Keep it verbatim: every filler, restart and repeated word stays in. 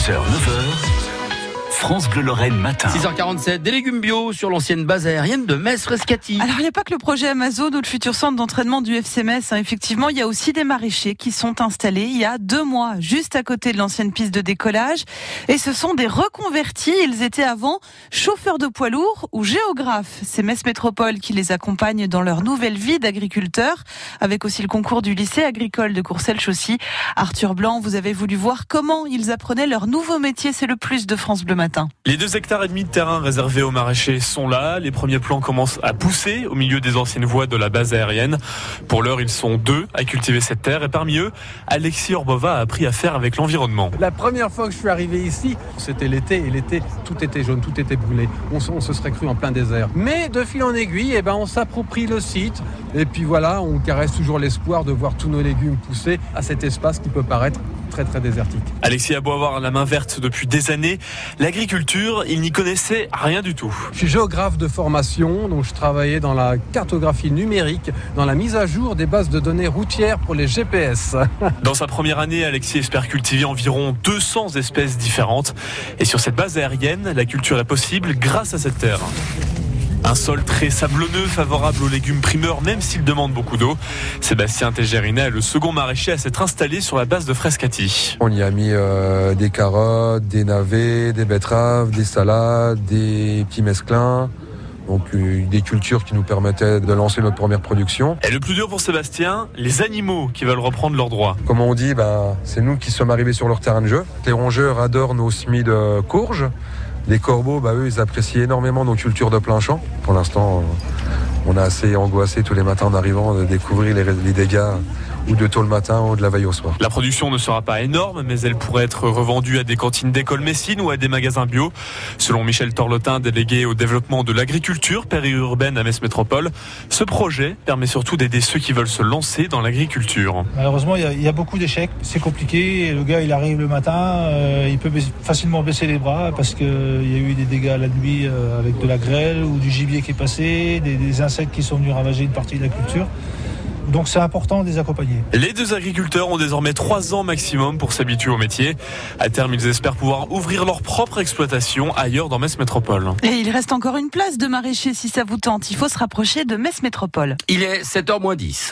six heures neuf heures, France Bleu Lorraine matin. six heures quarante-sept, des légumes bio sur l'ancienne base aérienne de Metz-Frescati. Alors, il n'y a pas que le projet Amazon ou le futur centre d'entraînement du F C Metz. Hein. Effectivement, il y a aussi des maraîchers qui sont installés il y a deux mois, juste à côté de l'ancienne piste de décollage. Et ce sont des reconvertis. Ils étaient avant chauffeurs de poids lourds ou géographes. C'est Metz Métropole qui les accompagne dans leur nouvelle vie d'agriculteurs, avec aussi le concours du lycée agricole de Courcelles-Chaussy. Arthur Blanc, vous avez voulu voir comment ils apprenaient leur nouveau métier. C'est le plus de France Bleu Matin. Les deux hectares et demi de terrain réservés aux maraîchers sont là. Les premiers plants commencent à pousser au milieu des anciennes voies de la base aérienne. Pour l'heure, ils sont deux à cultiver cette terre. Et parmi eux, Alexis Orbova a appris à faire avec l'environnement. La première fois que je suis arrivé ici, c'était l'été. Et l'été, tout était jaune, tout était brûlé. On, on se serait cru en plein désert. Mais de fil en aiguille, eh ben, on s'approprie le site. Et puis voilà, on caresse toujours l'espoir de voir tous nos légumes pousser à cet espace qui peut paraître très très désertique. Alexis a beau avoir la main verte depuis des années, l'agriculture, il n'y connaissait rien du tout. Je suis géographe de formation, donc je travaillais dans la cartographie numérique, dans la mise à jour des bases de données routières pour les G P S. Dans sa première année, Alexis espère cultiver environ deux cents espèces différentes. Et sur cette base aérienne, la culture est possible grâce à cette terre. Un sol très sablonneux, favorable aux légumes primeurs, même s'il demande beaucoup d'eau. Sébastien Tégérinet est le second maraîcher à s'être installé sur la base de Frescati. On y a mis euh, des carottes, des navets, des betteraves, des salades, des petits mesclins. Donc euh, des cultures qui nous permettaient de lancer notre première production. Et le plus dur pour Sébastien, les animaux qui veulent reprendre leurs droits. Comme on dit, ben, c'est nous qui sommes arrivés sur leur terrain de jeu. Les rongeurs adorent nos semis de courges. Les corbeaux, bah, eux, ils apprécient énormément nos cultures de plein champ. Pour l'instant, on a assez angoissé tous les matins en arrivant de découvrir les, les dégâts ou de tôt le matin ou de la veille au soir. La production ne sera pas énorme, mais elle pourrait être revendue à des cantines d'école Messine ou à des magasins bio. Selon Michel Torlotin, délégué au développement de l'agriculture périurbaine à Metz Métropole, ce projet permet surtout d'aider ceux qui veulent se lancer dans l'agriculture. Malheureusement, il y a, il y a beaucoup d'échecs. C'est compliqué. Le gars, il arrive le matin, euh, il peut baisser, facilement baisser les bras parce qu'il euh, y a eu des dégâts la nuit euh, avec de la grêle ou du gibier qui est passé, des, des insectes qui sont venus ravager une partie de la culture. Donc c'est important de les accompagner. Les deux agriculteurs ont désormais trois ans maximum pour s'habituer au métier. À terme, ils espèrent pouvoir ouvrir leur propre exploitation ailleurs dans Metz Métropole. Et il reste encore une place de maraîcher si ça vous tente. Il faut se rapprocher de Metz Métropole. Il est sept heures moins dix.